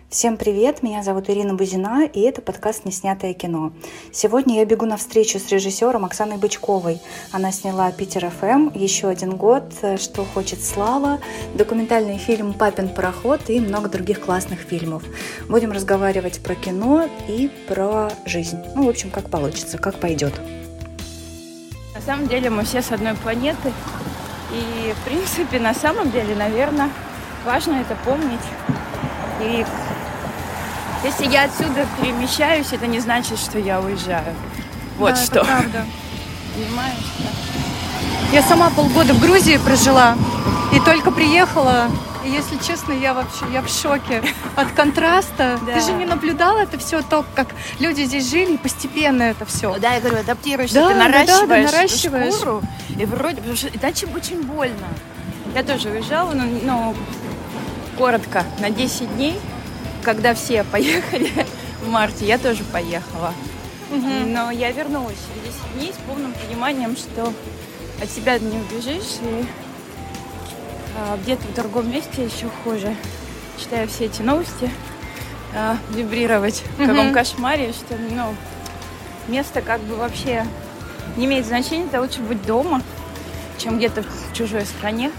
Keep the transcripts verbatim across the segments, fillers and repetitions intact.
Всем привет, меня зовут Ирина Бузина, и это подкаст «Неснятое кино». Сегодня я бегу на встречу с режиссером Оксаной Бычковой. Она сняла «Питер эф эм», «Еще один год», «Что хочет слава», документальный фильм «Папин пароход» и много других классных фильмов. Будем разговаривать про кино и про жизнь. Ну, в общем, как получится, как пойдет. На самом деле мы все с одной планеты. И, в принципе, на самом деле, наверное, важно это помнить. И если я отсюда перемещаюсь, это не значит, что я уезжаю. Вот да, что. Это правда. Понимаешь? Да? Я сама полгода в Грузии прожила и только приехала. И, если честно, я вообще я в шоке от контраста. Да. Ты же не наблюдала это все, то, как люди здесь жили, и постепенно это все. Да, я говорю, адаптируешься, Да, ты да, наращиваешь, да, да, наращиваешь. шкуру, и вроде, потому что иначе очень больно. Я тоже уезжала, но, но коротко, на десять дней. Когда все поехали в марте, я тоже поехала. Угу. Но я вернулась через десять дней с полным пониманием, что от себя не убежишь, и а, где-то в другом месте еще хуже. Читая все эти новости, а, вибрировать в каком Угу. кошмаре, что ну, место как бы вообще не имеет значения, это лучше быть дома, чем где-то в чужой стране.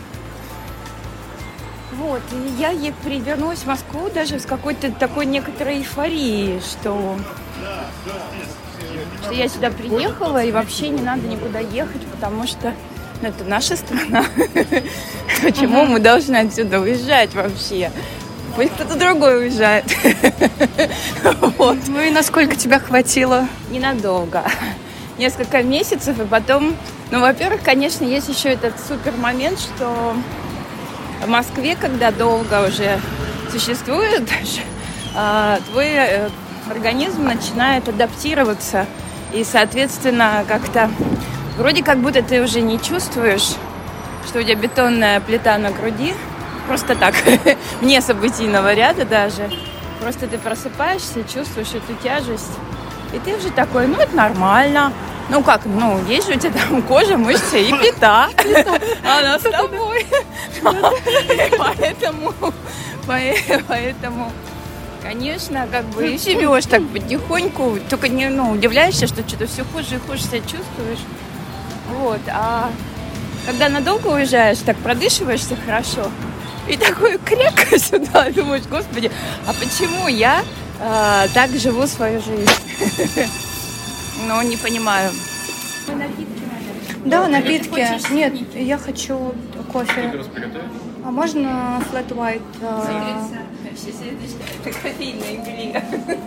Вот, и я ей вернулась в Москву даже с какой-то такой некоторой эйфорией, что, что я сюда приехала, и вообще не надо никуда ехать, потому что ну, это наша страна. Почему мы должны отсюда уезжать вообще? Пусть кто-то другой уезжает. Вот. Ну и насколько тебя хватило? Ненадолго. Несколько месяцев, и потом... Ну, во-первых, конечно, есть еще этот супер момент, что... В Москве, когда долго уже существует, твой организм начинает адаптироваться. И, соответственно, как-то вроде как будто ты уже не чувствуешь, что у тебя бетонная плита на груди. Просто так, вне событийного ряда даже. Просто ты просыпаешься и чувствуешь эту тяжесть. И ты уже такой, ну, это нормально. Ну как, ну, есть же у тебя там кожа, мышцы и плита. Она с тобой. Поэтому, поэтому, конечно, как бы и живешь так потихоньку, только не, ну, удивляешься, что что-то все хуже и хуже себя чувствуешь. Вот, а когда надолго уезжаешь, так продышиваешься хорошо, и такой крек сюда, думаешь, господи, а почему я а, так живу свою жизнь? Ну, не понимаю. Вы напитки надо? Да, напитки. Хочешь Нет, напитки? я хочу кофе. А можно flat white? а, Все это кофейные гли.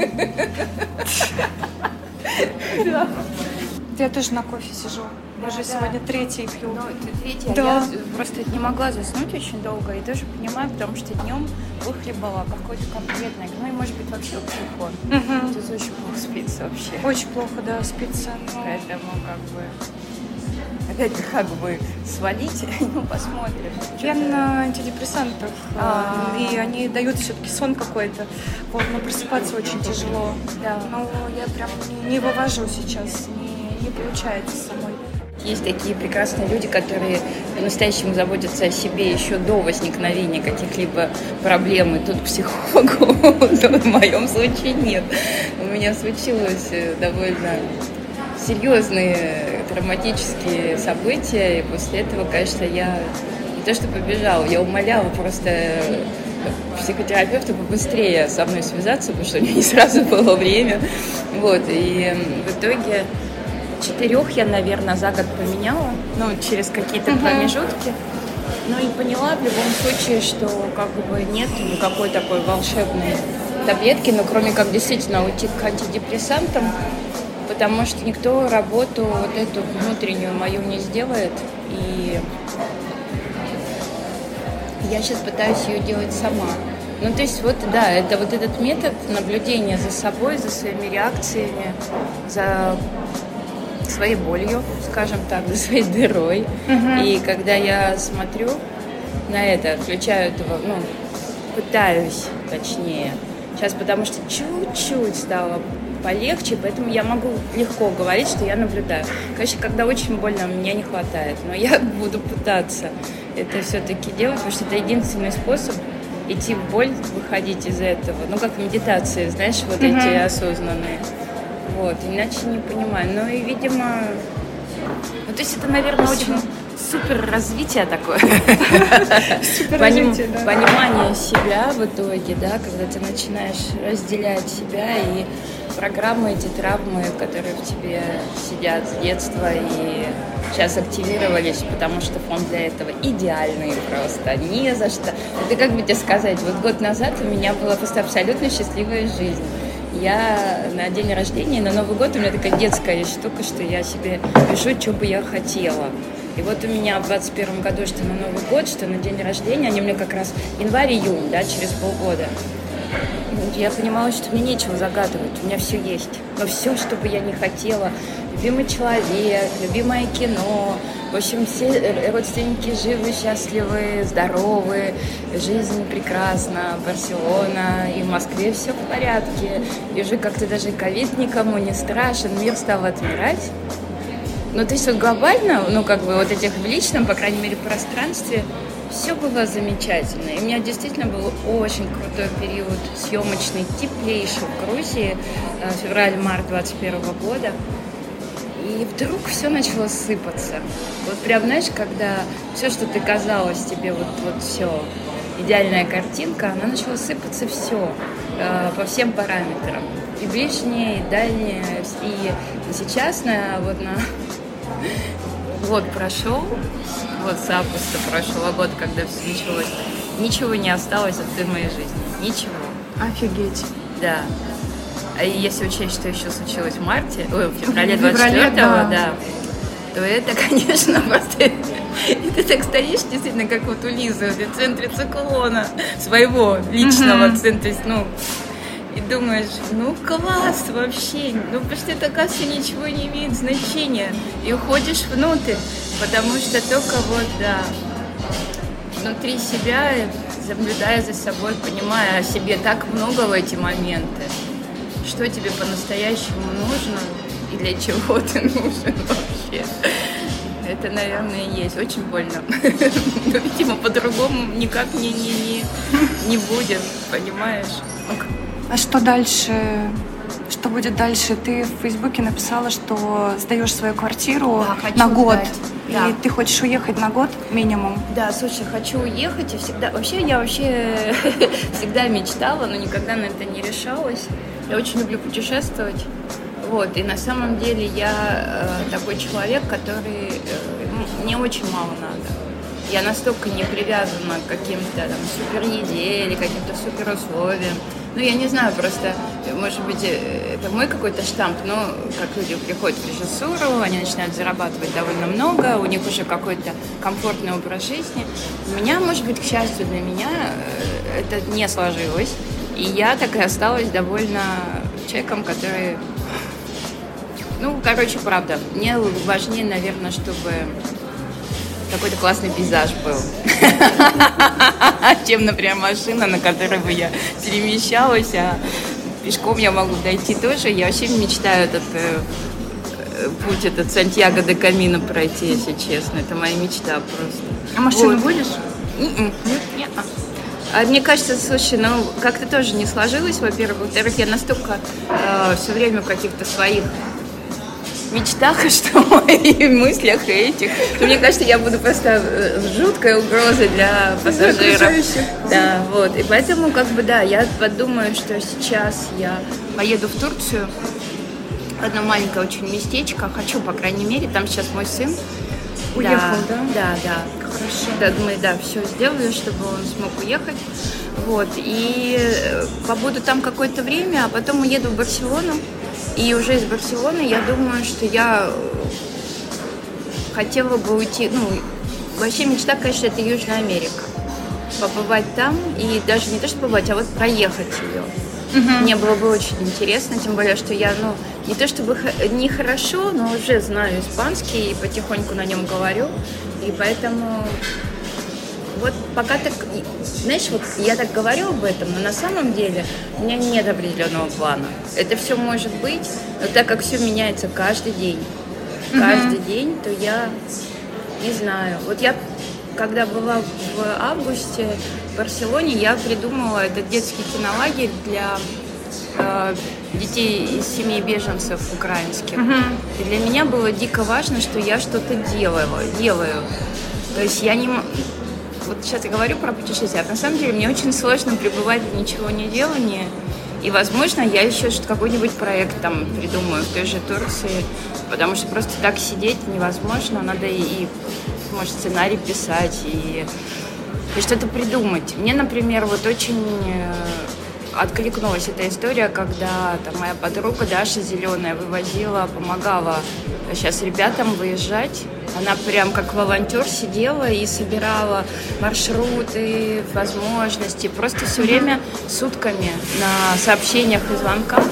Я тоже на кофе сижу. Я же да. сегодня третий пью. Ну, это третья. Да. Я просто не могла заснуть очень долго. И тоже понимаю, потому что днем выхлебала какой-то конкретный. Ну и может быть вообще плохо. Мгм. Тут очень плохо спится вообще. Очень плохо, да, спится. но- Поэтому как бы опять как бы свалить, ну посмотрим. Я Что-то- на антидепрессантах, А. и они дают все-таки сон какой-то. Вот, но просыпаться очень тяжело. Да. Но я прям не, не вывожу сейчас, не, не получается самой. Есть такие прекрасные люди, которые по-настоящему заботятся о себе еще до возникновения каких-либо проблем. И тут к психологу, то в моем случае нет. У меня случилось довольно серьезные травматические события, и после этого, конечно, я не то что побежала, я умоляла просто психотерапевта побыстрее со мной связаться, потому что у меня не сразу было время. Вот, и в итоге четырех я, наверное, за год поменяла, ну, через какие-то Мгм. промежутки. Ну и поняла в любом случае, что как бы нет никакой такой волшебной таблетки, ну, кроме как действительно уйти к антидепрессантам, потому что никто работу вот эту внутреннюю мою не сделает. И я сейчас пытаюсь ее делать сама. Ну, то есть, вот, да, это вот этот метод наблюдения за собой, за своими реакциями, за своей болью, скажем так, за своей дырой. Мгм. И когда я смотрю на это, включаю этого, ну, пытаюсь, точнее, сейчас, потому что чуть-чуть стало полегче, поэтому я могу легко говорить, что я наблюдаю. Конечно, когда очень больно, меня не хватает, но я буду пытаться это все-таки делать, потому что это единственный способ идти в боль, выходить из этого. Ну, как медитации, знаешь, вот mm-hmm. эти осознанные. Вот, иначе не понимаю. Ну и, видимо, ну, то есть это, наверное, очень супер развитие такое. Понимание себя в итоге, да, когда ты начинаешь разделять себя и программы, эти травмы, которые в тебе сидят с детства и сейчас активировались, потому что фон для этого идеальный просто, не за что. Это как бы тебе сказать, вот год назад у меня была просто абсолютно счастливая жизнь. Я на день рождения, на Новый год у меня такая детская штука, что я себе пишу, что бы я хотела. И вот у меня в двадцать первом году, что на Новый год, что на день рождения, они мне как раз январь-июнь, да, через полгода. Я понимала, что мне нечего загадывать, у меня все есть. Но все, что бы я не хотела, любимый человек, любимое кино, в общем, все родственники живы, счастливы, здоровы, жизнь прекрасна, Барселона, и в Москве все в порядке. И уже как-то даже ковид никому не страшен, мир стал отмирать. Ну, то есть вот глобально, ну, как бы вот этих в личном, по крайней мере, пространстве, все было замечательно. И у меня действительно был очень крутой период съемочный, теплейший в Грузии, февраль-март двадцать первого года. И вдруг все начало сыпаться. Вот прям, знаешь, когда все, что ты казалось тебе, вот, вот все, идеальная картинка, она начала сыпаться все э, по всем параметрам. И ближнее, и дальнее. И сейчас на, вот на год прошел, вот с августа прошлого года, когда все началось, ничего не осталось от той моей жизни. Ничего. Офигеть. Да. А если учесть, что еще случилось в марте, ой, в феврале двадцать четвёртого, да. да, то это, конечно, просто... И ты так стоишь, действительно, как вот у Лизы, в центре циклона своего личного mm-hmm. центра, ну, и думаешь, ну, класс вообще, ну, почти это, оказывается, ничего не имеет значения. И уходишь внутрь, потому что только вот, да, внутри себя, наблюдая за собой, понимая о себе так много в эти моменты, что тебе по-настоящему нужно и для чего ты нужен вообще. Это, наверное, и есть. Очень больно. Но, видимо, по-другому никак не, не, не, не будет, понимаешь? А что дальше? Что будет дальше? Ты в Фейсбуке написала, что сдаешь свою квартиру да, на год. Сдать. Да. И ты хочешь уехать на год минимум? Да, слушай, хочу уехать. И всегда... Вообще, я вообще всегда мечтала, но никогда на это не решалась. Я очень люблю путешествовать. Вот. И на самом деле я э, такой человек, который... Э, мне очень мало надо. Я настолько не привязана к каким-то там супереде или каким-то суперусловиям. Ну, я не знаю, просто, может быть, это мой какой-то штамп, но как люди приходят в режиссуру, они начинают зарабатывать довольно много, у них уже какой-то комфортный образ жизни. У меня, может быть, к счастью для меня, это не сложилось. И я так и осталась довольно человеком, который... Ну, короче, правда, мне важнее, наверное, чтобы какой-то классный пейзаж был, чем, например, машина, на которой бы я перемещалась, а пешком я могу дойти тоже. Я вообще мечтаю этот э, путь, этот Сантьяго де Камино пройти, если честно. Это моя мечта просто. А машину вот. будешь? Нет, нет. А мне кажется, слушай, ну, как-то тоже не сложилось, во-первых. Во-вторых, я настолько э, все время в каких-то своих мечтах, что в моих мыслях и этих. Мне кажется, я буду просто жуткой угрозой для пассажиров. Да, вот. И поэтому, как бы, да, я подумаю, что сейчас я поеду в Турцию, одно маленькое очень местечко. Хочу, по крайней мере, там сейчас мой сын. Уехал, да? Да, да. да. Хорошо. Да, мы, да, все сделали, чтобы он смог уехать. Вот. И побуду там какое-то время, а потом уеду в Барселону. И уже из Барселоны я думаю, что я хотела бы уйти, ну, вообще мечта, конечно, это Южная Америка. Побывать там и даже не то, что побывать, а вот проехать ее. Uh-huh. Мне было бы очень интересно, тем более, что я, ну, не то чтобы не хорошо, но уже знаю испанский и потихоньку на нем говорю. И поэтому вот пока так, знаешь, вот я так говорю об этом, но на самом деле у меня нет определенного плана. Это все может быть, но так как все меняется каждый день, каждый mm-hmm. день, то я не знаю. Вот я, когда была в августе, в Барселоне я придумала этот детский кинолагерь для э, детей из семей беженцев украинских. Mm-hmm. И для меня было дико важно, что я что-то делаю, делаю. То есть я не... Вот сейчас я говорю про путешествия, а на самом деле мне очень сложно пребывать в ничего не делании. И, возможно, я еще какой-нибудь проект там придумаю в той же Турции, потому что просто так сидеть невозможно, надо и, и может, сценарий писать, и, и что-то придумать. Мне, например, вот очень откликнулась эта история, когда там, моя подруга Даша Зеленая вывозила, помогала сейчас ребятам выезжать. Она прям как волонтер сидела и собирала маршруты, возможности, просто все время сутками на сообщениях и звонках.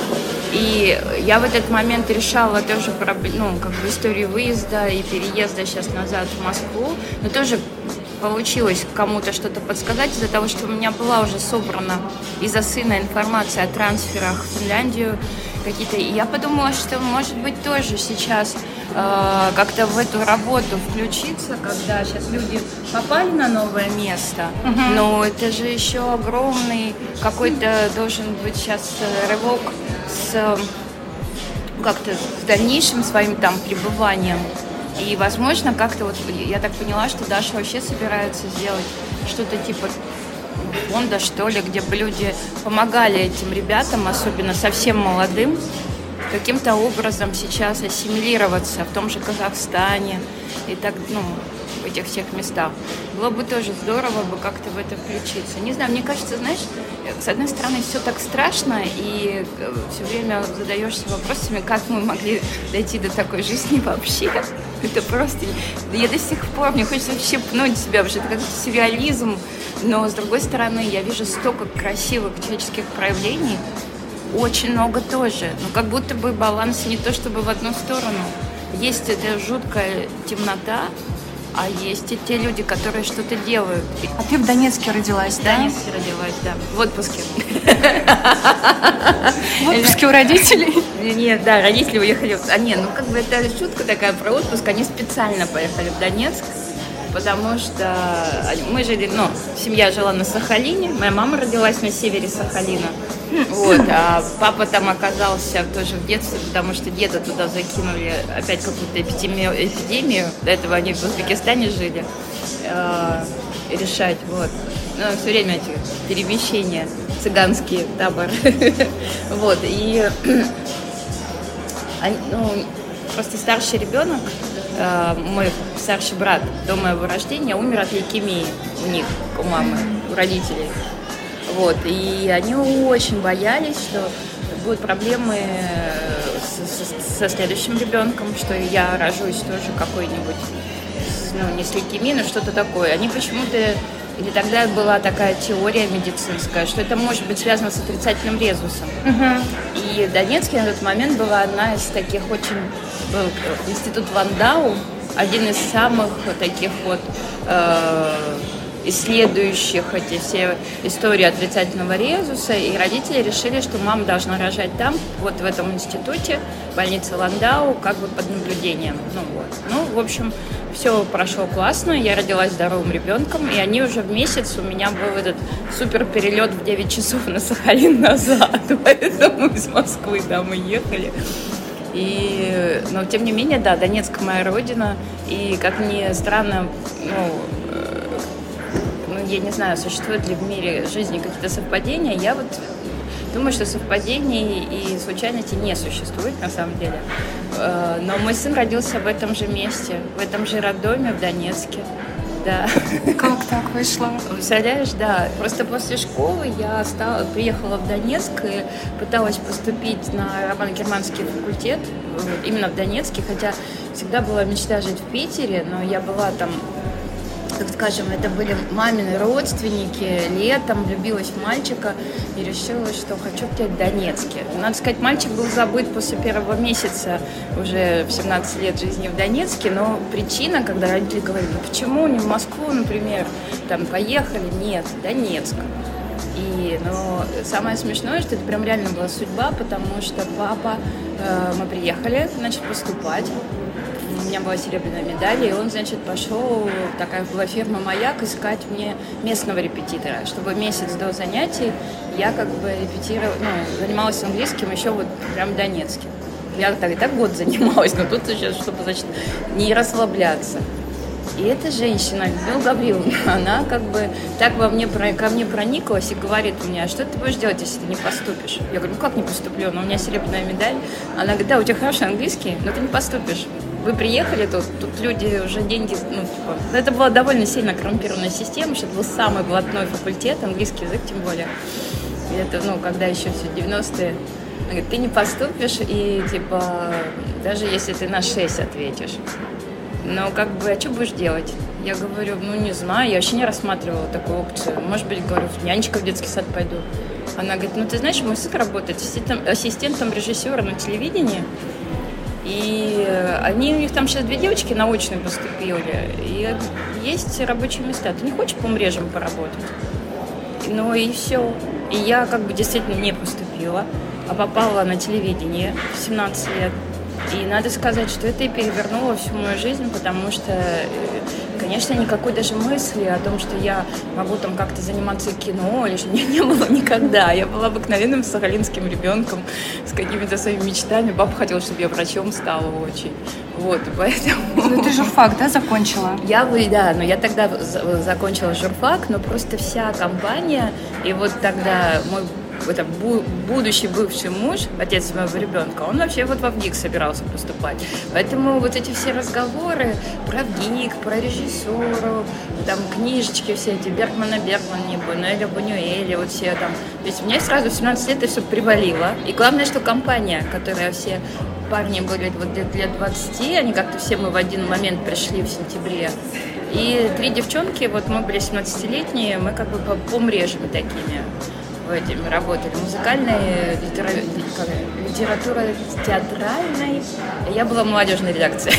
И я в этот момент решала тоже ну, как бы историю выезда и переезда сейчас назад в Москву, но тоже получилось кому-то что-то подсказать из-за того, что у меня была уже собрана из-за сына информация о трансферах в Финляндию какие-то. И я подумала, что, может быть, тоже сейчас э, как-то в эту работу включиться, когда сейчас люди попали на новое место, uh-huh. но это же еще огромный какой-то должен быть сейчас рывок с как-то с дальнейшим своим там пребыванием. И, возможно, как-то вот я так поняла, что Даша вообще собирается сделать что-то типа фонда, что ли, где бы люди помогали этим ребятам, особенно совсем молодым, каким-то образом сейчас ассимилироваться в том же Казахстане и так, ну, в этих всех местах. Было бы тоже здорово бы как-то в это включиться. Не знаю, мне кажется, знаешь, с одной стороны, все так страшно, и все время задаешься вопросами, как мы могли дойти до такой жизни вообще. Это просто... Я до сих пор, мне хочется вообще пнуть себя, потому что это какой-то сюрреализм. Но, с другой стороны, я вижу столько красивых человеческих проявлений, очень много тоже. Но как будто бы баланс не то чтобы в одну сторону. Есть эта жуткая темнота, а есть и те люди, которые что-то делают. А ты в Донецке родилась, в да? В Донецке родилась, да. В отпуске. В отпуске у родителей? Нет, да, родители уехали. А нет, ну как бы это шутка такая про отпуск. Они специально поехали в Донецк, потому что мы жили, ну, семья жила на Сахалине. Моя мама родилась на севере Сахалина. Вот, а папа там оказался тоже в детстве, потому что деда туда закинули опять какую-то эпидемию, эпидемию. До этого они в Узбекистане жили, э, решать, вот. Ну, все время эти перемещения, цыганские таборы. Вот, и ну, просто старший ребенок, э, мой старший брат до моего рождения умер от лейкемии у них, у мамы, у родителей. Вот, и они очень боялись, что будут проблемы со, со следующим ребенком, что я рожусь тоже какой-нибудь, ну, не с лейкемией, но что-то такое. Они почему-то, или тогда была такая теория медицинская, что это может быть связано с отрицательным резусом. Uh-huh. И в Донецке на тот момент была одна из таких очень, был институт Ландау, один из самых таких вот э, исследующих эти все истории отрицательного резуса, и родители решили, что мама должна рожать там, вот в этом институте, больнице Ландау, как бы под наблюдением. Ну вот. Ну, в общем, все прошло классно, я родилась здоровым ребенком, и они уже в месяц, у меня был этот супер перелет в девять часов на Сахалин назад, поэтому из Москвы, да, мы ехали. И, но, тем не менее, да, Донецк моя родина, и, как ни странно, ну, я не знаю, существуют ли в мире жизни какие-то совпадения. Я вот думаю, что совпадений и случайностей не существует на самом деле. Но мой сын родился в этом же месте, в этом же роддоме в Донецке. Да. Как так вышло? Представляешь, да. Просто после школы я стала, приехала в Донецк и пыталась поступить на романо-германский факультет именно в Донецке, хотя всегда была мечта жить в Питере, но я была там, так скажем, это были мамины родственники, летом влюбилась в мальчика и решила, что хочу в Донецке. Надо сказать, мальчик был забыт после первого месяца уже в семнадцать лет жизни в Донецке, но причина, когда родители говорили, ну почему не в Москву, например, там поехали, нет, Донецк. И, но самое смешное, что это прям реально была судьба, потому что папа, э, мы приехали, значит, поступать. у меня была серебряная медаль, и он, значит, пошел, такая была фирма «Маяк», искать мне местного репетитора, чтобы месяц до занятий я как бы репетировала, ну, занималась английским еще вот прям в Донецке. Я так и так год занималась, но тут еще, чтобы, значит, не расслабляться. И эта женщина, Людмила Гавриловна, она как бы так во мне, ко мне прониклась и говорит мне: а что ты будешь делать, если ты не поступишь? Я говорю: ну как не поступлю? Ну, у меня серебряная медаль. Она говорит: да, у тебя хороший английский, но ты не поступишь. Вы приехали тут, тут люди уже деньги, ну, типа, это была довольно сильно коррумпированная система, что это был самый блатной факультет, английский язык тем более. И это, ну, когда еще все девяностые. Она говорит: ты не поступишь, и, типа, даже если ты на шесть ответишь. Но как бы, а что будешь делать? Я говорю: ну, не знаю, я вообще не рассматривала такую опцию. Может быть, говорю, в нянечка в детский сад пойду. Она говорит: ну, ты знаешь, мой сын работает ассистентом, ассистентом режиссера на телевидении. И они, у них там сейчас две девочки на очной поступили. И есть рабочие места. Ты не хочешь помрежем поработать? Ну и все. И я как бы действительно не поступила, а попала на телевидение в семнадцать лет. И надо сказать, что это и перевернуло всю мою жизнь, потому что, конечно, никакой даже мысли о том, что я могу там как-то заниматься кино, или что не, не было никогда. Я была обыкновенным сахалинским ребенком с какими-то своими мечтами. Папа хотел, чтобы я врачом стала очень. Вот, поэтому... Ну, ты журфак, да, закончила? Я, да, но я тогда закончила журфак, но просто вся компания, и вот тогда мой... это будущий бывший муж, отец моего ребенка, он вообще вот в ВГИК собирался поступать. Поэтому вот эти все разговоры про ВГИК, про режиссуру, там книжечки все эти, Бергмана Бергман, Бунюэля Бунюэля, вот все там. То есть мне сразу в семнадцать лет это все привалило. И главное, что компания, которая все парни были вот лет двадцати, они как-то все мы в один момент пришли в сентябре. И три девчонки, вот мы были семнадцатилетние, мы как бы по помрежами такими этими работали. Музыкальная литера... литература театральной. Я была в молодежной редакции.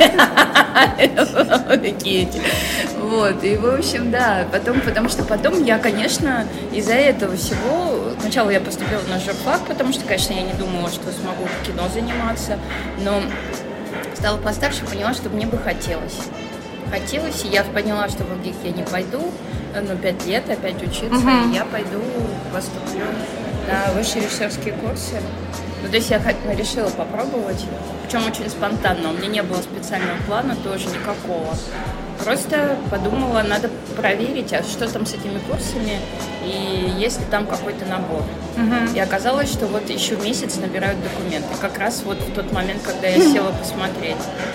Такие эти. Вот. И, в общем, да. Потом, потому что потом я, конечно, из-за этого всего... Сначала я поступила на журфак, потому что, конечно, я не думала, что смогу в кино заниматься. Но стала постарше, поняла, что мне бы хотелось. Хотелось, и я поняла, что в ВГИК я не пойду, ну, пять лет опять учиться, uh-huh. и я пойду, поступлю на высшие режиссерские курсы. Ну, то есть я решила попробовать, причем очень спонтанно, у меня не было специального плана, тоже никакого. Просто подумала, надо проверить, а что там с этими курсами, и есть ли там какой-то набор. Uh-huh. И оказалось, что вот еще месяц набирают документы, как раз вот в тот момент, когда я села посмотреть.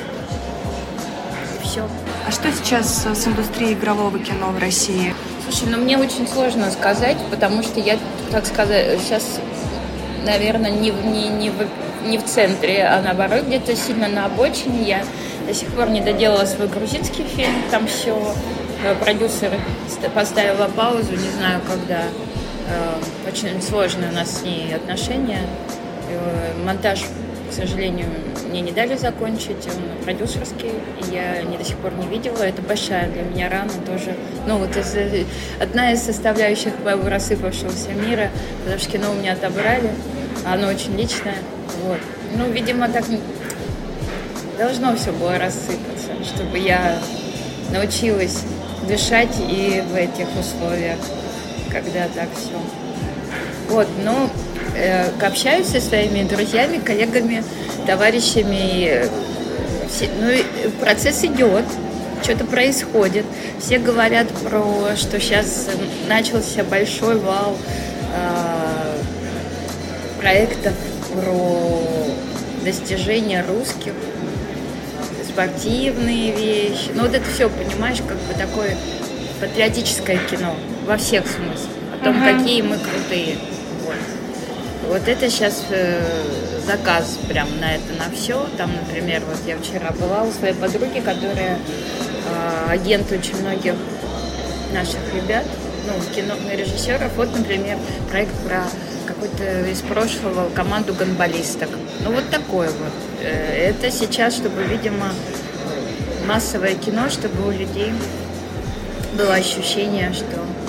И все. А что сейчас с индустрией игрового кино в России? Слушай, ну мне очень сложно сказать, потому что я, так сказать, сейчас, наверное, не, не, не, в, не в центре, а наоборот где-то сильно на обочине. Я до сих пор не доделала свой грузинский фильм, там все. Продюсер поставила паузу, не знаю когда. Очень сложные у нас с ней отношения. Монтаж, к сожалению, мне не дали закончить, он продюсерский, и я не до сих пор не видела. Это большая для меня рана тоже. Ну, вот из, одна из составляющих моего рассыпавшегося мира, потому что кино у меня отобрали, а оно очень личное. Вот. Ну, видимо, так должно все было рассыпаться, чтобы я научилась дышать и в этих условиях, когда так все. Вот, ну, э, общаюсь со своими друзьями, коллегами, товарищами. Все, ну, процесс идет, что-то происходит. Все говорят про, что сейчас начался большой вал э, проектов про достижения русских, спортивные вещи. Ну, вот это все, понимаешь, как бы такое патриотическое кино во всех смыслах. О том, uh-huh. какие мы крутые. Вот. Вот это сейчас э, заказ прям на это, на все. Там, например, вот я вчера была у своей подруги, которая э, агент очень многих наших ребят, ну, кино, режиссеров. Вот, например, проект про какую-то из прошлого команду гандболисток. Ну, вот такое вот. Это сейчас, чтобы, видимо, массовое кино, чтобы у людей было ощущение, что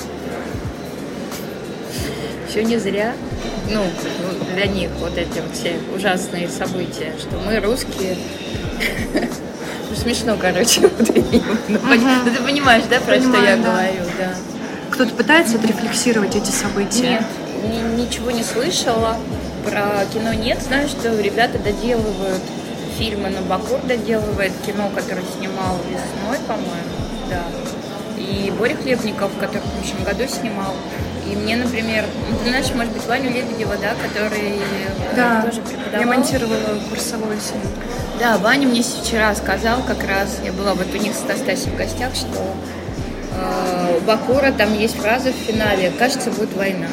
все не зря. Ну, для них вот эти вот все ужасные события, что мы русские смешно, короче. Ну, ты понимаешь, да, про что я говорю, да. Кто-то пытается отрефлексировать эти события? Нет, ничего не слышала. Про кино нет. Знаю, что ребята доделывают фильмы, но Бакур доделывает кино, которое снимал весной, по-моему, да. И Боря Хлебников, который в прошлом году снимал. И мне, например, ты знаешь, может быть, Ваню Лебедева, да, который да, тоже преподавал. Я монтировала курсовую с ним. Да, Ваня мне вчера сказал как раз, я была вот у них с Настасьей в гостях, что э, у Бакура там есть фраза в финале «Кажется, будет война».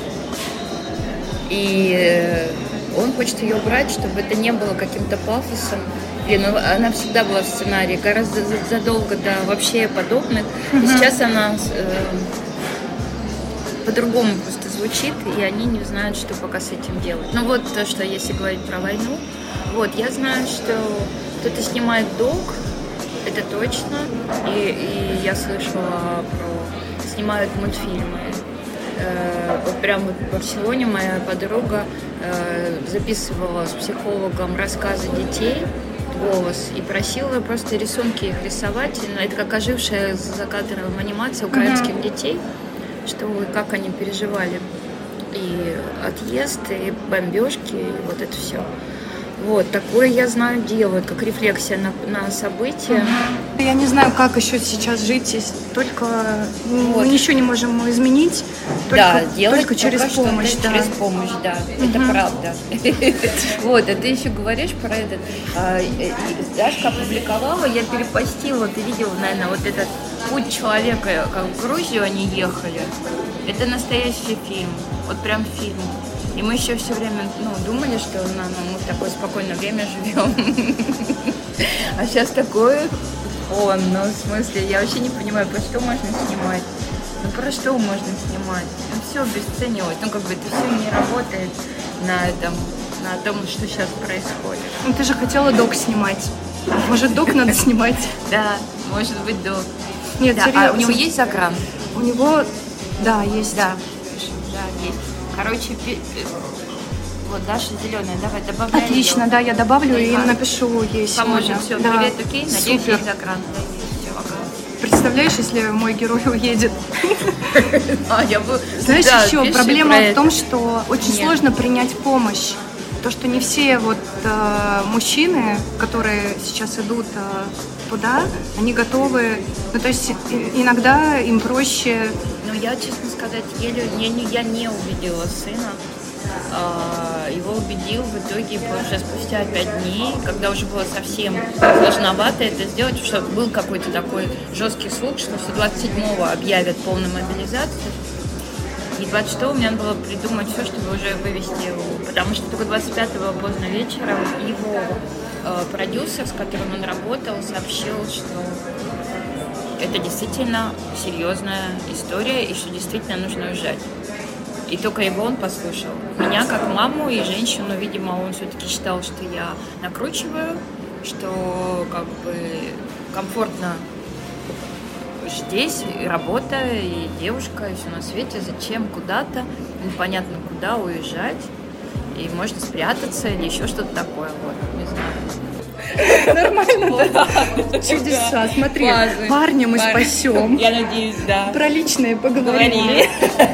И э, он хочет ее убрать, чтобы это не было каким-то пафосом. Блин, ну, она всегда была в сценарии, гораздо задолго до вообще подобных. И сейчас она э, по-другому просто звучит, и они не знают, что пока с этим делать. Ну вот то, что если говорить про войну, вот я знаю, что кто-то снимает «Долг», это точно, и, и я слышала про снимают мультфильмы. Э, вот прям вот в Барселоне моя подруга э, записывала с психологом рассказы детей, голос, и просила просто рисунки их рисовать. Это как ожившая за кадровым анимация украинских uh-huh. детей, что как они переживали и отъезд, и бомбежки, и вот это все. Вот, такое, я знаю, делают, как рефлексия на, на события. Я не знаю, как еще сейчас жить, если только вот. Мы ничего не можем изменить, только, да, делать только через помощь. Да. Через помощь, да, угу. Это правда. Вот, а ты еще говоришь про этот. Дашка опубликовала, я перепостила, ты видела, наверное, вот этот путь человека, как в Грузию они ехали. Это настоящий фильм, вот прям фильм. И мы еще все время ну, думали, что ну, мы в такое спокойное время живем. А сейчас такое фон, ну, в смысле, я вообще не понимаю, про что можно снимать. Ну, про что можно снимать? Ну, все обесценивать. Ну, как бы это все не работает на этом, на том, что сейчас происходит. Ну, ты же хотела док снимать. Может, док надо снимать? Да, может быть, док. Нет, серьезно. А у него есть загран? У него, да, есть. Да, да, есть. Короче, вот Даша зеленая, давай добавляй. Отлично, ее. Да, я добавлю и напишу ей поможем, все, да. Привет, окей, надеюсь, есть загран. Представляешь, если мой герой уедет? А, я бы... Знаешь, да, еще проблема в том, что очень Нет. сложно принять помощь. То, что не все вот э, мужчины, которые сейчас идут э, туда, они готовы. Ну, то есть иногда им проще. Ну, я, честно сказать, еле, я, не, я не убедила сына. А, его убедил в итоге уже спустя пять дней, когда уже было совсем сложновато это сделать, что был какой-то такой жесткий слух, что все двадцать седьмого объявят полную мобилизацию. И двадцать шестого мне надо было придумать все, чтобы уже вывести его. Потому что только двадцать пятого поздно вечером его э, продюсер, с которым он работал, сообщил, что это действительно серьезная история и что действительно нужно уезжать. И только его он послушал. Меня как маму и женщину, видимо, он все-таки считал, что я накручиваю, что как бы комфортно здесь, и работа, и девушка, и все на свете. Зачем куда-то, непонятно куда уезжать, и можно спрятаться или еще что-то такое, вот, не знаю. Нормально, да? Чудеса, смотри, парня мы спасем. Я надеюсь, да. Про личное поговорили.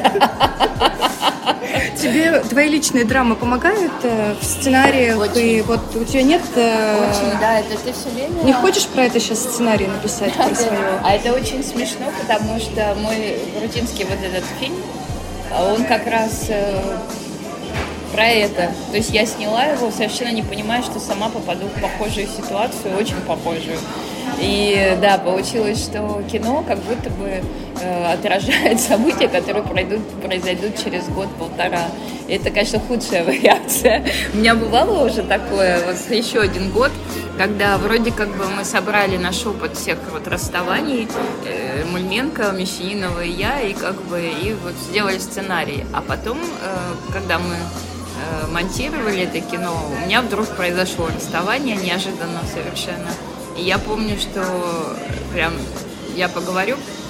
Тебе твои личные драмы помогают э, в сценариях? Очень. И вот у тебя нет... Э, очень, да, это ты все время... Не хочешь про это сейчас сценарий написать? Да, про свое? А это очень смешно, потому что мой грузинский вот этот фильм, он как раз э, про это. То есть я сняла его, совершенно не понимая, что сама попаду в похожую ситуацию, очень похожую. И да, получилось, что кино как будто бы э, отражает события, которые пройдут, произойдут через год-полтора. И это, конечно, худшая вариация. У меня бывало уже такое, вот еще один год, когда вроде как бы мы собрали наш опыт всех вот расставаний, э, Мульменко, Мещанинова и я, и как бы и вот сделали сценарий. А потом, э, когда мы э, монтировали это кино, у меня вдруг произошло расставание, неожиданно совершенно. И я помню, что прям я поговорю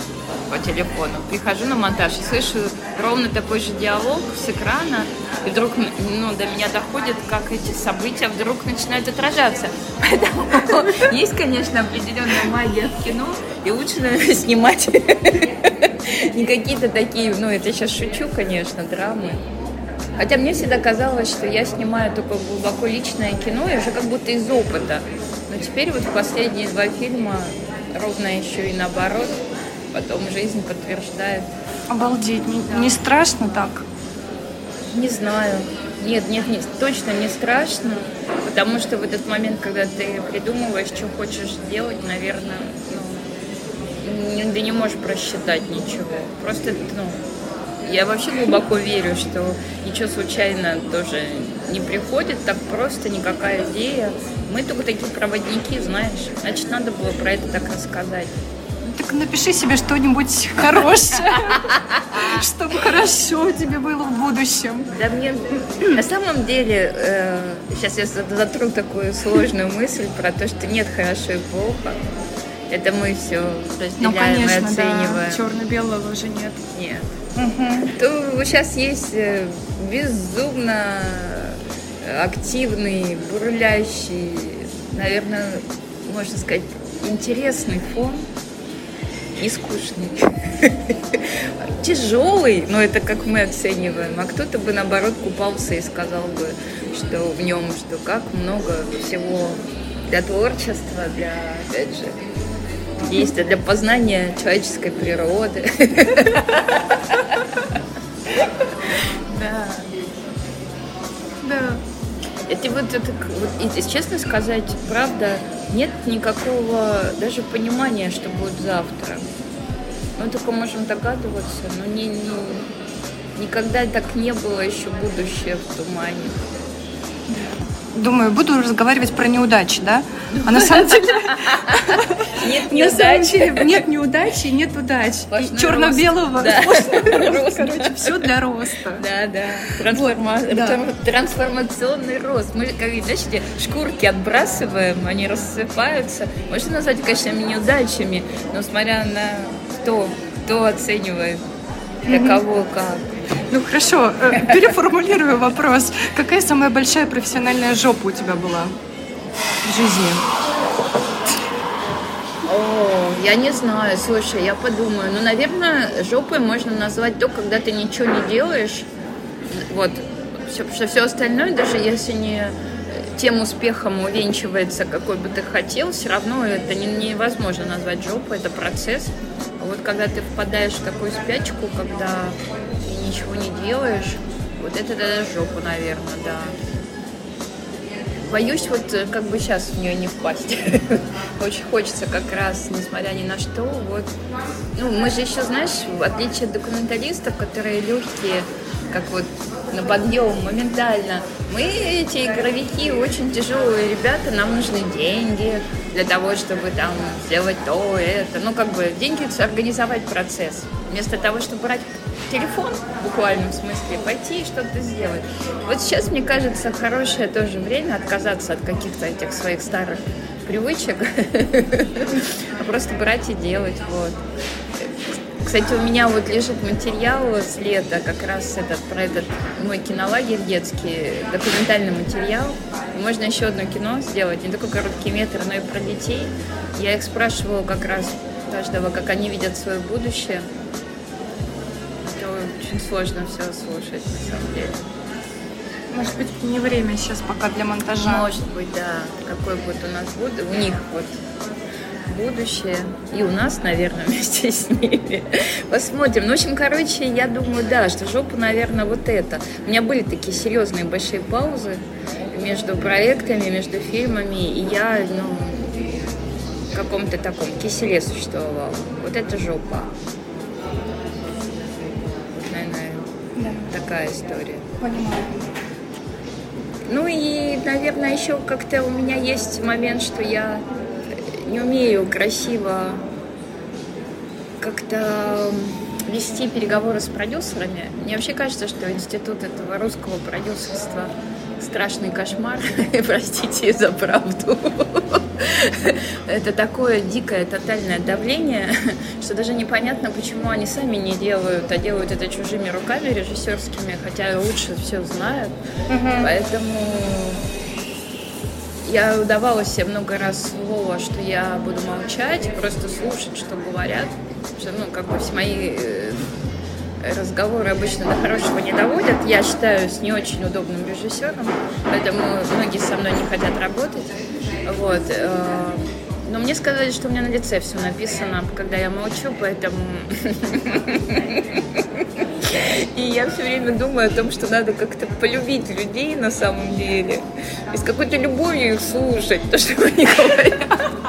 по телефону. Прихожу на монтаж и слышу ровно такой же диалог с экрана, и вдруг ну, до меня доходит, как эти события вдруг начинают отражаться. Поэтому есть, конечно, определенная магия в кино, и лучше, наверное, снимать не какие-то такие, ну, это сейчас шучу, конечно, драмы. Хотя мне всегда казалось, что я снимаю только глубоко личное кино, и уже как будто из опыта. Но теперь вот последние два фильма ровно еще и наоборот. Потом жизнь подтверждает. Обалдеть, не, да. Не страшно так? Не знаю. Нет, нет, нет, точно не страшно. Потому что в этот момент, когда ты придумываешь, что хочешь делать, наверное, ну, не, ты не можешь просчитать ничего. Просто, ну, я вообще глубоко верю, что ничего случайно тоже не приходит, так просто, никакая идея. Мы только такие проводники, знаешь. Значит, надо было про это так рассказать. Так напиши себе что-нибудь хорошее, чтобы хорошо тебе было в будущем. Да мне на самом деле, э, сейчас я затру такую сложную мысль про то, что нет хорошо и плохо. Это мы все разделяем ну, конечно, и оцениваем. Да. Черно-белого уже нет. Нет. Угу. То сейчас есть безумно активный, бурлящий, наверное, можно сказать, интересный фон. И скучный. Тяжелый, но это как мы оцениваем. А кто-то бы, наоборот, купался и сказал бы, что в нем, что как много всего для творчества, для, опять же, действия, для познания человеческой природы. Да. Да. Это вот, это, вот, если честно сказать, правда, нет никакого даже понимания, что будет завтра. Мы только можем догадываться, но не, не, никогда так не было еще будущее в тумане. Думаю, буду разговаривать про неудачи, да? А на самом деле... Нет неудачи. Нет неудачи, нет удач. Черно-белого. Короче, все для роста. Да, да. Трансформационный рост. Мы, как видишь, эти шкурки отбрасываем, они рассыпаются. Можно назвать, конечно, неудачами, но смотря на кто, кто оценивает, для кого как. Ну хорошо, переформулирую вопрос. Какая самая большая профессиональная жопа у тебя была в жизни? О, я не знаю, слушай, я подумаю. Ну, наверное, жопой можно назвать то, когда ты ничего не делаешь. Вот, что все остальное, даже если не тем успехом увенчивается, какой бы ты хотел, все равно это не, невозможно назвать жопой, это процесс. А вот когда ты впадаешь в такую спячку, когда ты ничего не делаешь, вот это тогда жопа, наверное, да. Боюсь вот как бы сейчас в нее не впасть. Очень хочется как раз, несмотря ни на что, вот. Ну, мы же еще, знаешь, в отличие от документалистов, которые легкие, как вот на подъем моментально, мы, эти игровики, очень тяжелые ребята, нам нужны деньги для того, чтобы там сделать то, это. Ну, как бы деньги — организовать процесс. Вместо того, чтобы брать телефон, в буквальном смысле, пойти и что-то сделать. Вот сейчас, мне кажется, хорошее тоже время отказаться от каких-то этих своих старых привычек, а просто брать и делать. Вот. Кстати, у меня вот лежит материал с лета, как раз этот, про этот мой кинолагерь детский, документальный материал. И можно еще одно кино сделать, не только короткий метр, но и про детей. Я их спрашивала как раз каждого, как они видят свое будущее. Это очень сложно все слушать, на самом деле. Может быть, не время сейчас пока для монтажа. Может быть, да. Какой будет у нас будущее, у них вот будущее. И у нас, наверное, вместе с ними. Посмотрим. Ну, в общем, короче, я думаю, да, что жопа, наверное, вот это. У меня были такие серьезные большие паузы между проектами, между фильмами, и я, ну, в каком-то таком киселе существовала. Вот это жопа. Наверное, да. Такая история. Понимаю. Ну и, наверное, еще как-то у меня есть момент, что я не умею красиво как-то вести переговоры с продюсерами. Мне вообще кажется, что институт этого русского продюсерства страшный кошмар. Простите за правду. это такое дикое, тотальное давление, что даже непонятно, почему они сами не делают, а делают это чужими руками режиссерскими, хотя лучше все знают. Uh-huh. Поэтому я давала себе много раз слово, что я буду молчать и просто слушать, что говорят. Что, ну, как бы все мои разговоры обычно до хорошего не доводят. Я считаюсь не очень удобным режиссером, поэтому многие со мной не хотят работать. Вот. Но мне сказали, что у меня на лице все написано, когда я молчу, поэтому... И я все время думаю о том, что надо как-то полюбить людей на самом деле. И с какой-то любовью их слушать, то, что они говорят.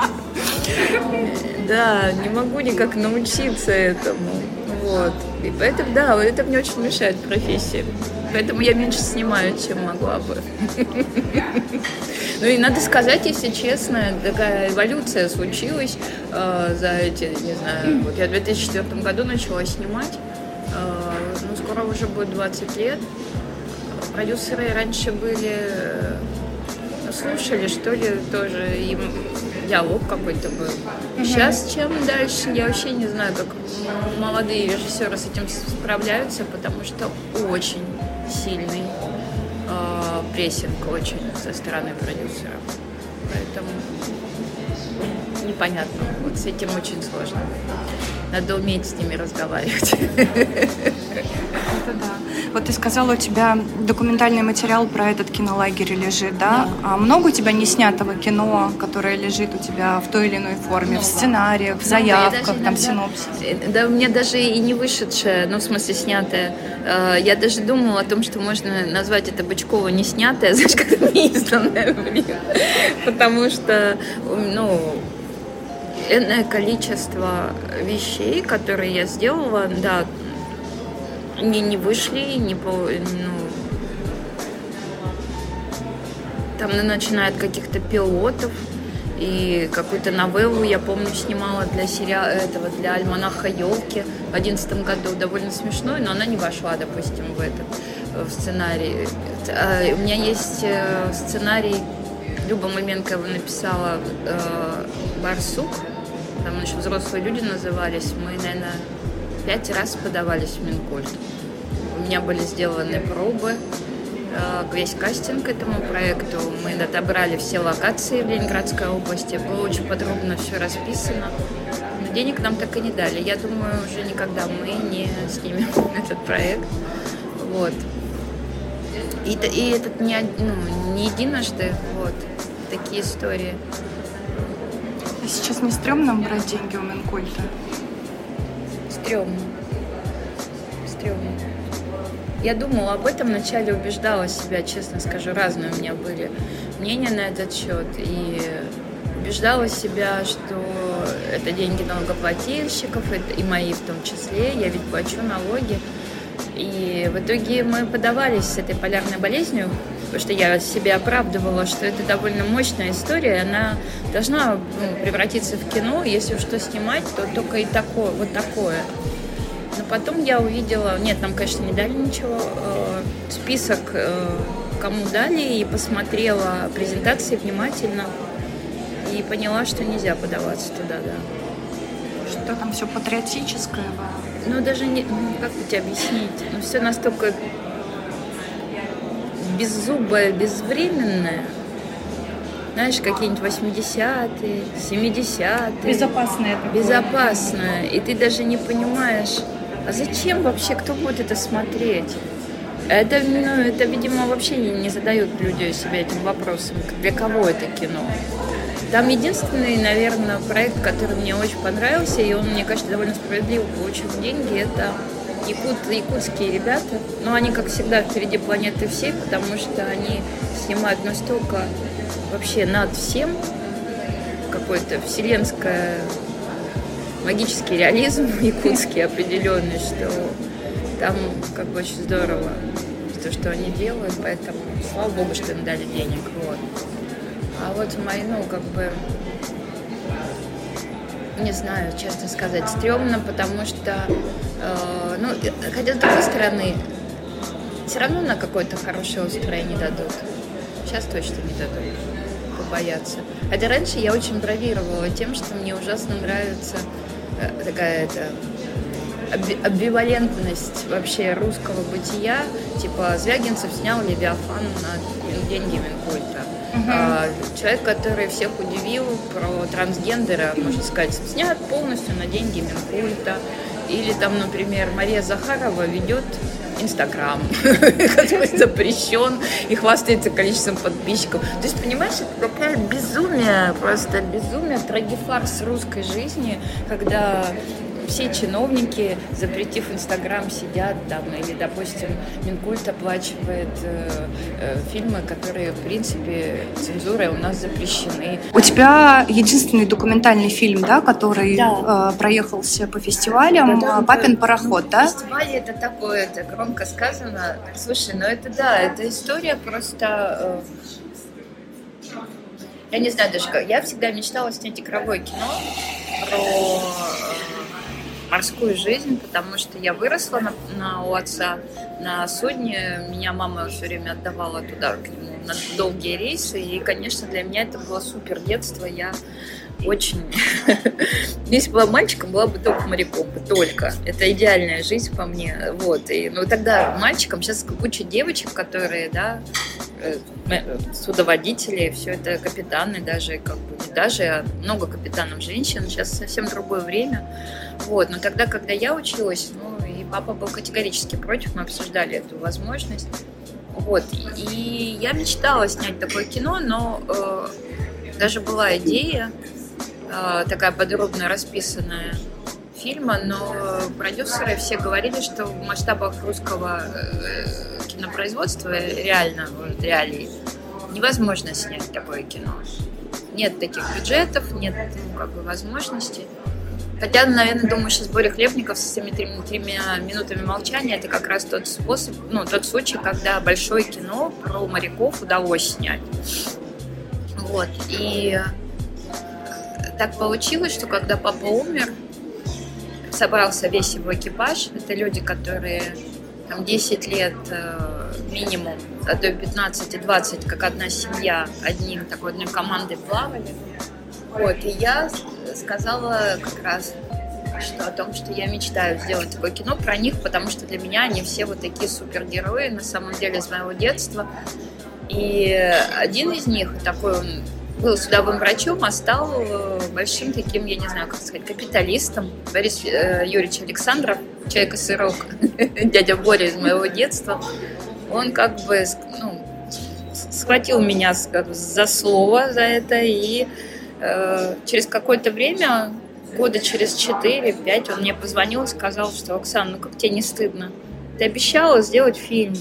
Да, не могу никак научиться этому. Вот. И поэтому, да, это мне очень мешает в профессии. Поэтому я меньше снимаю, чем могла бы. Ну и надо сказать, если честно, такая эволюция случилась э, за эти, не знаю, вот я в две тысячи четвёртом году начала снимать, э, ну скоро уже будет двадцать лет. Продюсеры раньше были, э, слушали, что ли, тоже, им диалог какой-то был. Mm-hmm. Сейчас чем дальше, я вообще не знаю, как молодые режиссеры с этим справляются, потому что очень сильный э, прессинг очень со стороны продюсера. Поэтому непонятно. Вот с этим очень сложно. Надо уметь с ними разговаривать. Это да. Вот ты сказала, у тебя документальный материал про этот кинолагерь лежит, да? Да. А много у тебя неснятого кино, которое лежит у тебя в той или иной форме, много. В сценариях, в заявках, там, иногда... синопсис? Да, у меня даже и не вышедшее, ну, в смысле, снятое. Я даже думала о том, что можно назвать это Бычкова не снятое, знаешь, как неизданное, блин. Потому что, ну... энное количество вещей, которые я сделала, да, не, не вышли, не по, ну, там начиная от каких-то пилотов, и какую-то новеллу, я помню, снимала для сериала этого, для альманаха «Елки» в одиннадцатом году, довольно смешной, но она не вошла, допустим, в этот, в сценарий. У меня есть сценарий, Люба Маменкова написала «Барсук», там еще взрослые люди назывались, мы, наверное, пять раз подавались в Минкульт. У меня были сделаны пробы, весь кастинг к этому проекту. Мы отобрали все локации в Ленинградской области, было очень подробно все расписано. Но денег нам так и не дали. Я думаю, уже никогда мы не снимем этот проект. Вот. И, и этот не, ну, не единожды, вот, такие истории. А сейчас не стрёмно брать деньги у Минкульта? Стрёмно. Стрёмно. Я думала об этом, вначале убеждала себя, честно скажу, разные у меня были мнения на этот счет. И убеждала себя, что это деньги налогоплательщиков, и мои в том числе, я ведь плачу налоги. И в итоге мы подавались с этой полярной болезнью, потому что я себя оправдывала, что это довольно мощная история, она должна, ну, превратиться в кино, если что снимать, то только и такое, вот такое. Но потом я увидела, нет, нам, конечно, не дали ничего, э, список, э, кому дали, и посмотрела презентации внимательно, и поняла, что нельзя подаваться туда, да. Что там все патриотическое? Ну, даже не, как тебе объяснить, ну, все настолько беззубое, безвременное. Знаешь, какие-нибудь восьмидесятые, семидесятые. Безопасное такое. Безопасное. И ты даже не понимаешь, а зачем вообще, кто будет это смотреть? Это, ну, это, видимо, вообще не, не задают люди себе этим вопросом, для кого это кино. Там единственный, наверное, проект, который мне очень понравился, и он, мне кажется, довольно справедливо получил деньги, это якут, якутские ребята. Но они, как всегда, впереди планеты всей, потому что они снимают настолько вообще над всем, какой-то вселенское магический реализм якутский определенный, что там как бы очень здорово то, что они делают, поэтому слава богу, что им дали денег. Вот. А вот мои, ну, как бы, не знаю, честно сказать, стрёмно, потому что, э, ну, хотя с другой стороны, все равно на какое-то хорошее устроение дадут. Сейчас точно не дадут. бояться. Хотя раньше я очень бравировала тем, что мне ужасно нравится такая это амбивалентность вообще русского бытия. Типа Звягинцев снял «Левиафан» на деньги Минкульта. Uh-huh. Человек, который всех удивил, про трансгендера, можно сказать, снят полностью на деньги Минкульта. Или там, например, Мария Захарова ведет Инстаграм, который запрещен и хвастается количеством подписчиков. То есть, понимаешь, это такое безумие, просто безумие, трагефарс русской жизни, когда все чиновники, запретив Инстаграм, сидят там, или, допустим, Минкульт оплачивает э, э, фильмы, которые, в принципе, цензурой у нас запрещены. У тебя единственный документальный фильм, да, который да. Э, проехался по фестивалям, да, «Папин пароход», ну, да? Фестивали это такое, это громко сказано. Слушай, ну это да, это история просто... Э, я не знаю даже как. Я всегда мечтала снять игровое кино про... морскую жизнь, потому что я выросла на, на, у отца на судне, меня мама все время отдавала туда, к нему, на долгие рейсы, и, конечно, для меня это было супер детство, я очень... Если была мальчиком, была бы только моряком, только. Это идеальная жизнь по мне, вот, и, ну, тогда мальчиком, сейчас куча девочек, которые, да, судоводители, все это капитаны даже, как бы, не даже, а много капитанов женщин, сейчас совсем другое время. Вот, но тогда, когда я училась, ну, и папа был категорически против, мы обсуждали эту возможность. Вот, и я мечтала снять такое кино, но э, даже была идея, э, такая подробно расписанная фильма, но продюсеры все говорили, что в масштабах русского э, кинопроизводства реально, вот, реалий, невозможно снять такое кино. Нет таких бюджетов, нет, ну, как бы, возможностей. Хотя, наверное, думаю, сейчас Боря Хлебников с этими тремя, тремя минутами молчания это как раз тот способ, ну, тот случай, когда большое кино про моряков удалось снять. Вот. И так получилось, что когда папа умер, собрался весь его экипаж. Это люди, которые там десять лет минимум, а то и пятнадцать-двадцать, как одна семья, одним такой одной командой плавали. Вот, и я сказала как раз что, о том, что я мечтаю сделать такое кино про них, потому что для меня они все вот такие супергерои, на самом деле, из моего детства. И один из них, такой он был судовым врачом, а стал большим таким, я не знаю, как сказать, капиталистом. Борис э, Юрьевич Александров, человек и сырок, дядя Боря из моего детства, он как бы, ну, схватил меня за слово за это, и э, через какое-то время, года через четыре-пять, он мне позвонил и сказал, что: Оксана, ну как тебе не стыдно? Ты обещала сделать фильм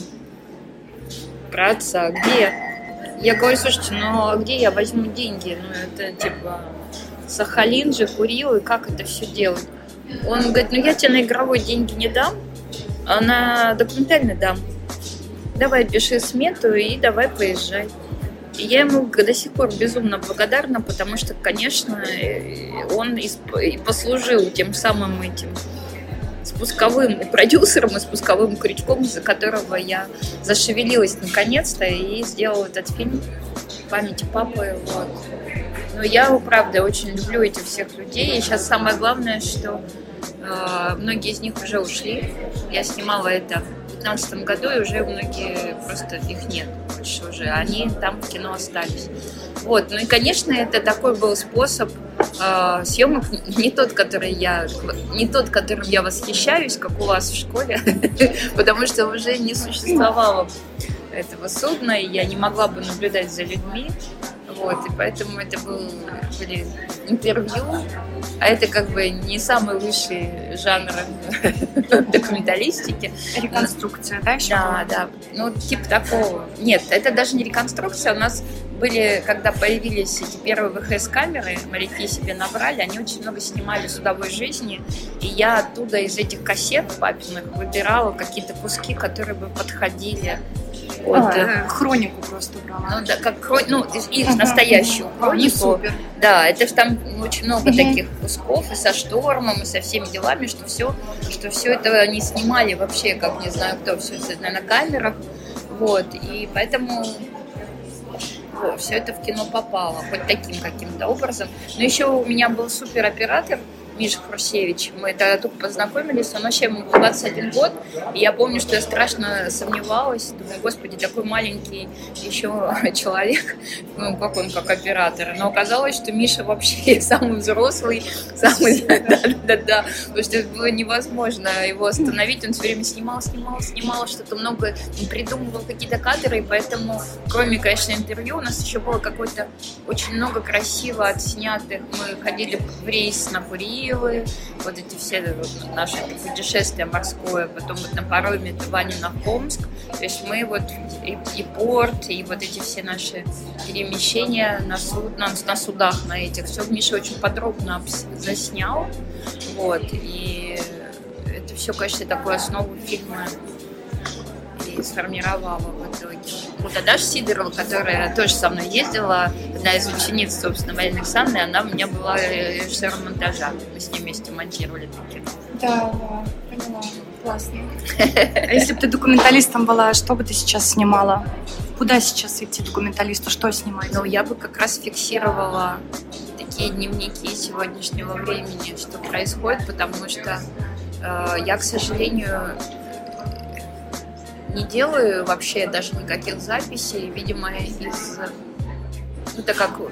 про отца, где? Я говорю: слушайте, ну а где я возьму деньги? Ну это типа Сахалин же, Курилы, как это все делать? Он говорит: ну я тебе на игровой деньги не дам, а на документальный дам. Давай пиши смету и давай поезжай. И я ему до сих пор безумно благодарна, потому что, конечно, он и послужил тем самым этим спусковым продюсером и спусковым крючком, из-за которого я зашевелилась наконец-то и сделала этот фильм в памяти папы. Вот. Но я, правда, очень люблю этих всех людей. И сейчас самое главное, что э, многие из них уже ушли. Я снимала это в две тысячи пятнадцатом году, и уже многие, просто их нет больше уже. Они там в кино остались. Вот. Ну и, конечно, это такой был способ э, съемок, не тот, который я, не тот, которым я восхищаюсь, как у вас в школе, потому что уже не существовало этого судна, и я не могла бы наблюдать за людьми. Вот, и поэтому это был, были интервью, а это как бы не самый высший жанр документалистики. Реконструкция, да, еще? Да, да, ну типа такого. Нет, это даже не реконструкция, у нас были, когда появились эти первые вэ ха эс-камеры, моряки себе набрали, они очень много снимали судовой жизни, и я оттуда из этих кассет папиных выбирала какие-то куски, которые бы подходили. Вот. А, хронику просто брала. Ну, да, как хрон... ну, их uh-huh. настоящую хронику. А, да, это же там очень много uh-huh. таких кусков, и со штормом, и со всеми делами, что все, что все это они снимали вообще, как не знаю кто, все это на камерах. Вот. И поэтому все это в кино попало, хоть таким каким-то образом. Но еще у меня был супероператор Миша Хрусевич. Мы тогда только познакомились, он вообще ему был двадцать один год, и я помню, что я страшно сомневалась, думаю, господи, такой маленький еще человек, ну, как он, как оператор. Но оказалось, что Миша вообще самый взрослый, самый, да-да-да, потому что это было невозможно его остановить, он все время снимал, снимал, снимал, что-то много придумывал какие-то кадры, и поэтому, кроме, конечно, интервью, у нас еще было какое-то очень много красиво отснятых, мы ходили в рейс на Курилы, вот эти все вот наши путешествия морское, потом вот на пароме Тывани на Хомск, то есть мы вот и, и порт, и вот эти все наши перемещения на, суд, на, на судах, на этих, все Миша очень подробно заснял, вот, и это все, конечно, такую основу фильма и сформировала в итоге. Вот, а Даша Сидорова, которая тоже со мной ездила, одна из учениц, собственно, Марины Александровны, она у меня была режиссером монтажа. Мы с ней вместе монтировали такие. Да, да, поняла. Классно. А если бы ты документалистом была, что бы ты сейчас снимала? Куда сейчас идти документалисту? Что снимать? Ну, я бы как раз фиксировала такие дневники сегодняшнего времени, что происходит, потому что э, я, к сожалению, не делаю вообще даже никаких записей, видимо, из, ну, так как,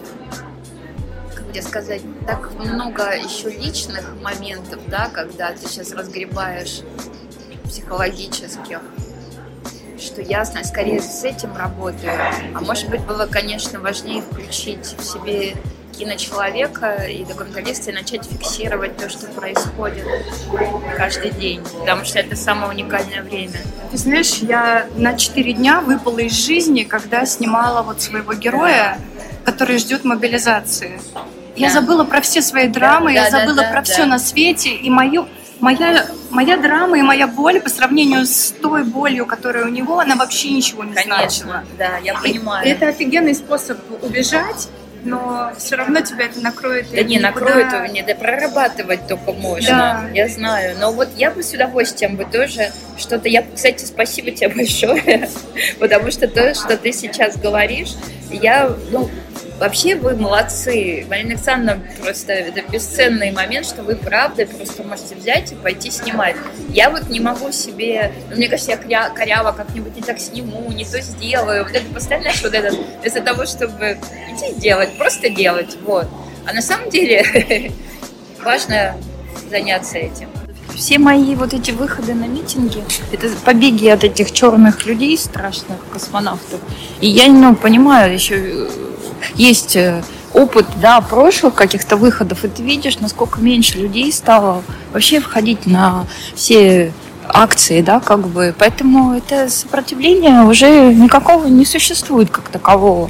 как мне сказать, так много еще личных моментов, да, когда ты сейчас разгребаешь психологических, что ясно, скорее с этим работаю. А может быть, было, конечно, важнее включить в себе киночеловека и документалиста и начать фиксировать то, что происходит каждый день, потому что это самое уникальное время. Ты знаешь, я на четыре дня выпала из жизни, когда снимала вот своего героя, который ждет мобилизации. Да. Я забыла про все свои драмы, да, я да, забыла да, про да. все на свете, и мою, моя, моя драма и моя боль по сравнению с той болью, которая у него, она вообще ничего не Конечно, значила. Да, я понимаю. И это офигенный способ убежать, но все равно тебя это накроет. Да не, накроет его, не, да прорабатывать только можно, да. Я знаю. Но вот я бы с удовольствием бы тоже что-то... Я, кстати, спасибо тебе большое, потому что то, что ты сейчас говоришь, я, ну, вообще вы молодцы. Марина Александровна, просто это бесценный момент, что вы правда просто можете взять и пойти снимать. Я вот не могу себе, ну, мне кажется, я коряво как-нибудь не так сниму, не то сделаю. Вот это постоянно, знаешь, вот это, вместо того, чтобы идти делать, просто делать, вот. А на самом деле важно заняться этим. Все мои вот эти выходы на митинги, это побеги от этих черных людей, страшных космонавтов. И я, ну, понимаю, еще есть опыт, да, прошлых каких-то выходов, и ты видишь, насколько меньше людей стало вообще входить на все акции, да, как бы. Поэтому это сопротивление уже никакого не существует как такового.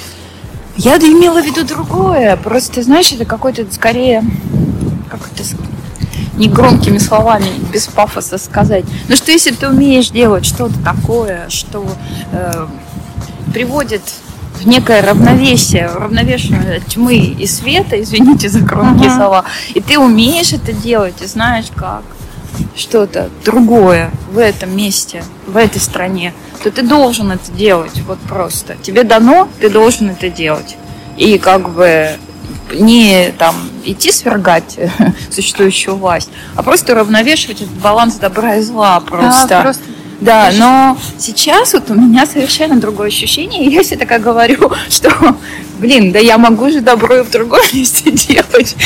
Я имела в виду другое. Просто, знаешь, это какой-то скорее, как это не громкими словами, без пафоса сказать. Но что если ты умеешь делать что-то такое, что э, приводит в некое равновесие, равновешение тьмы и света, извините за громкие uh-huh. слова, и ты умеешь это делать, и знаешь, как что-то другое в этом месте, в этой стране, то ты должен это делать, вот просто. Тебе дано, ты должен это делать. И как бы не там идти свергать существующую власть, а просто уравновешивать этот баланс добра и зла просто. Да, просто... да, но сейчас вот у меня совершенно другое ощущение, и я себе такая говорю, что, блин, да я могу же добро и в другом месте делать.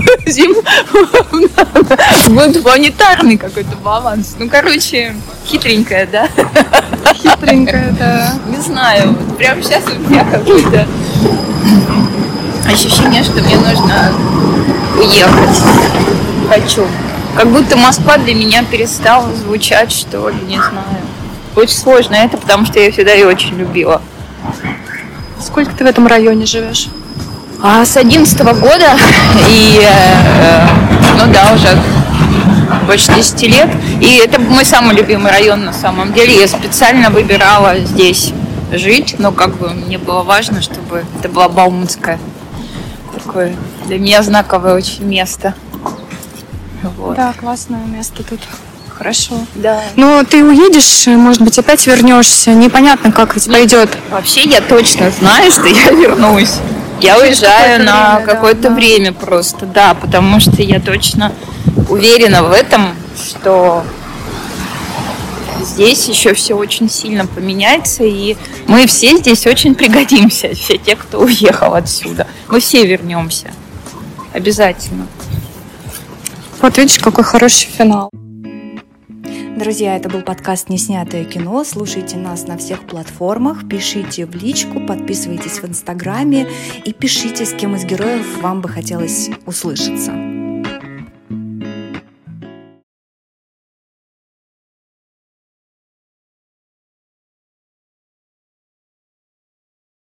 Вот планетарный какой-то баланс. Ну, короче, хитренькая, да? Хитренькая, да. Не знаю, вот прямо сейчас у меня какое-то ощущение, что мне нужно уехать. Хочу. Как будто Москва для меня перестала звучать, что ли, не знаю. Очень сложно это, потому что я всегда ее очень любила. Сколько ты в этом районе живешь? А с одиннадцатого года, и, э, ну да, уже больше десяти лет. И это мой самый любимый район на самом деле. Я специально выбирала здесь жить, но как бы мне было важно, чтобы это была Бауманская. Такое для меня знаковое очень место. Вот. Да, классное место тут. хорошо. Да. Но ты уедешь, может быть, опять вернешься. Непонятно, как это пойдет. Вообще я точно знаю, что я вернусь. Я уезжаю какое-то на время, какое-то да, да. время просто, да, потому что я точно уверена в этом, что здесь еще все очень сильно поменяется, и мы все здесь очень пригодимся, все те, кто уехал отсюда. Мы все вернемся. Обязательно. Вот видишь, какой хороший финал. Друзья, это был подкаст «Неснятое кино». Слушайте нас на всех платформах, пишите в личку, подписывайтесь в Инстаграме и пишите, с кем из героев вам бы хотелось услышаться.